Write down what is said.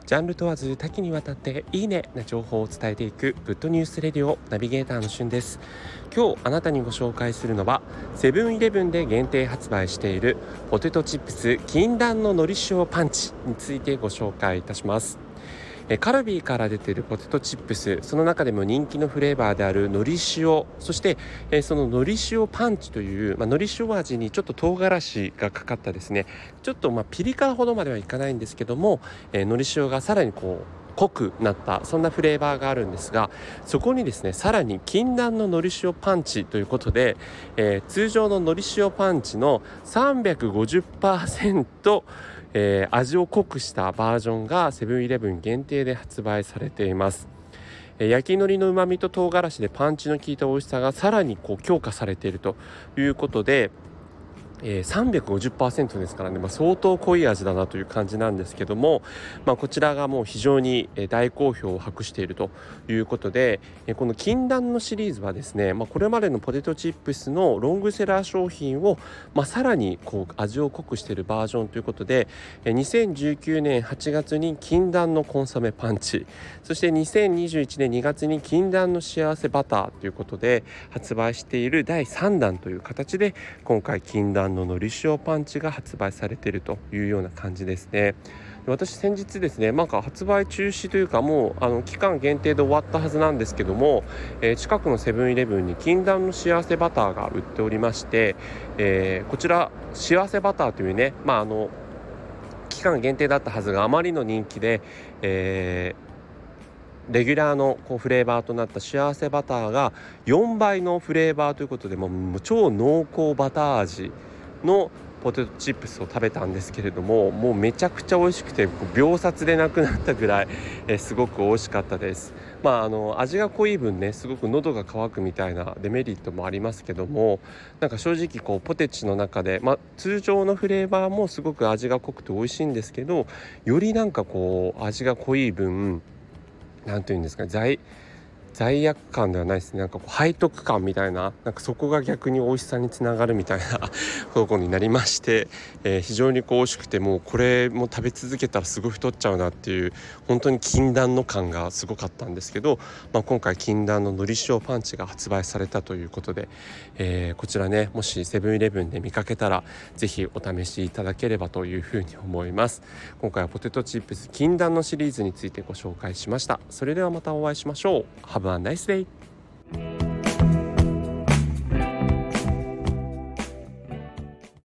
ジャンル問わず多岐にわたっていいねな情報を伝えていくグッドニュースレディオナビゲーターのしゅんです。今日あなたにご紹介するのはセブンイレブンで限定発売しているポテトチップス禁断ののり塩パンチについてご紹介いたします。カルビーから出ているポテトチップス、その中でも人気のフレーバーであるのり塩、そしてそののり塩パンチという、のり塩味にちょっと唐辛子がかかったですね、ちょっとピリ辛ほどまではいかないんですけども、のり塩がさらに濃くなったそんなフレーバーがあるんですが、そこにですねさらに禁断ののり塩パンチということで、通常ののり塩パンチの 350%、味を濃くしたバージョンがセブンイレブン限定で発売されています。焼き海苔の旨味と唐辛子でパンチの効いた美味しさがさらに強化されているということで、350% ですからね、相当濃い味だなという感じなんですけども、こちらがもう非常に大好評を博しているということで、この禁断のシリーズはですね、これまでのポテトチップスのロングセラー商品を、さらに味を濃くしているバージョンということで、2019年8月に禁断のコンソメパンチ、そして2021年2月に禁断の幸せバターということで発売している第3弾という形で、今回禁断ののり塩パンチが発売されているというような感じですね。私先日ですね、発売中止というかもう期間限定で終わったはずなんですけども、近くのセブンイレブンに禁断の幸せバターが売っておりまして、こちら幸せバターというね、期間限定だったはずがあまりの人気で、レギュラーのフレーバーとなった幸せバターが4倍のフレーバーということで、もう超濃厚バター味のポテトチップスを食べたんですけれども、もうめちゃくちゃ美味しくて秒殺でなくなったぐらい、すごく美味しかったです。味が濃い分ね、すごく喉が渇くみたいなデメリットもありますけども、正直ポテチの中で、通常のフレーバーもすごく味が濃くて美味しいんですけど、より味が濃い分、なんていうんですかね、罪悪感ではないですね。背徳感みたいな、そこが逆に美味しさにつながるみたいなところになりまして、非常に美味しくて、もうこれも食べ続けたらすごい太っちゃうなっていう、本当に禁断の感がすごかったんですけど、今回禁断ののり塩パンチが発売されたということで、こちらね、もしセブンイレブンで見かけたらぜひお試しいただければというふうに思います。今回はポテトチップス禁断のシリーズについてご紹介しました。それではまたお会いしましょう。Have a nice day.